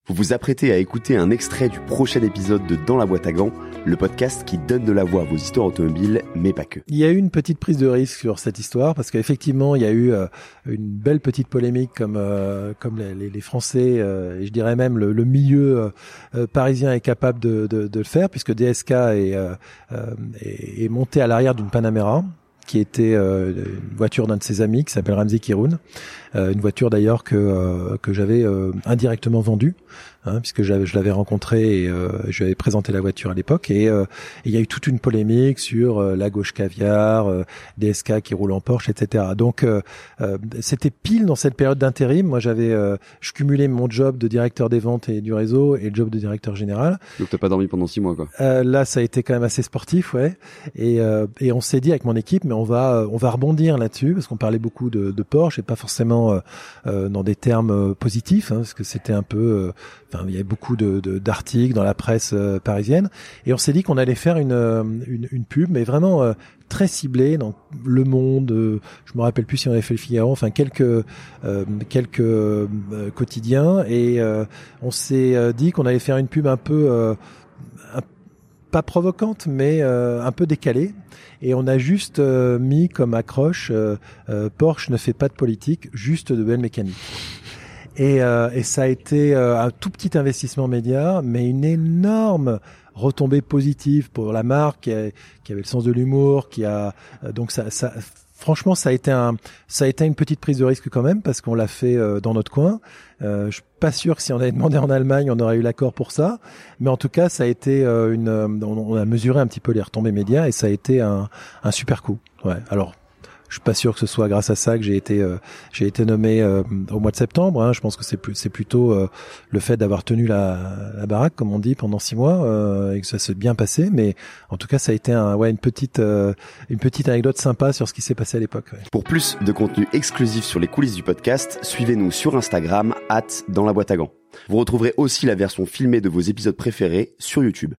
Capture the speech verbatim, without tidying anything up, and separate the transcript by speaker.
Speaker 1: Vous vous apprêtez à écouter un extrait du prochain épisode de Dans la boîte à gants, le podcast qui donne de la voix à vos histoires automobiles, mais pas que.
Speaker 2: Il y a eu une petite prise de risque sur cette histoire parce qu'effectivement, il y a eu euh, une belle petite polémique comme euh, comme les, les, les Français euh, et je dirais même le, le milieu euh, parisien est capable de, de, de le faire puisque D S K est, euh, est, est monté à l'arrière d'une Panamera, qui était euh, une voiture d'un de ses amis qui s'appelle Ramzi Kiroun, euh, une voiture d'ailleurs que euh, que j'avais euh, indirectement vendue, hein, puisque j'avais, je l'avais rencontré et euh, je lui avais présenté la voiture à l'époque, et euh, il y a eu toute une polémique sur euh, la gauche caviar, euh, D S K qui roule en Porsche, et cetera. Donc euh, euh, c'était pile dans cette période d'intérim. Moi j'avais, euh, je cumulais mon job de directeur des ventes et du réseau et le job de directeur général.
Speaker 1: Donc t'as pas dormi pendant six mois quoi.
Speaker 2: Euh, là ça a été quand même assez sportif, ouais. Et euh, et on s'est dit avec mon équipe, mais on va on va rebondir là-dessus parce qu'on parlait beaucoup de, de Porsche et pas forcément euh, euh, dans des termes euh, positifs, hein, parce que c'était un peu, euh, enfin il y avait beaucoup de, de d'articles dans la presse euh, parisienne, et on s'est dit qu'on allait faire une une, une pub, mais vraiment euh, très ciblée dans Le Monde. Euh, je me rappelle plus si on avait fait le Figaro, enfin quelques euh, quelques euh, quotidiens, et euh, on s'est euh, dit qu'on allait faire une pub un peu euh, un, pas provocante, mais euh, un peu décalée. Et on a juste euh, mis comme accroche euh, euh, Porsche ne fait pas de politique, juste de belle mécanique. Et, euh, et ça a été euh, un tout petit investissement média, mais une énorme retombée positive pour la marque qui, a, qui avait le sens de l'humour, qui a euh, donc ça, ça franchement ça a été un ça a été une petite prise de risque quand même parce qu'on l'a fait euh, dans notre coin. Euh, je suis pas sûr que si on avait demandé en Allemagne, on aurait eu l'accord pour ça, mais en tout cas ça a été euh, une on, on a mesuré un petit peu les retombées médias et ça a été un un super coup. Ouais. Alors je suis pas sûr que ce soit grâce à ça que j'ai été euh, j'ai été nommé euh, au mois de septembre. Hein. Je pense que c'est plus c'est plutôt euh, le fait d'avoir tenu la, la baraque, comme on dit, pendant six mois euh, et que ça s'est bien passé. Mais en tout cas, ça a été un ouais une petite euh, une petite anecdote sympa sur ce qui s'est passé à l'époque. Ouais.
Speaker 1: Pour plus de contenu exclusif sur les coulisses du podcast, suivez-nous sur Instagram arobase dans la boîte à gants. Vous retrouverez aussi la version filmée de vos épisodes préférés sur YouTube.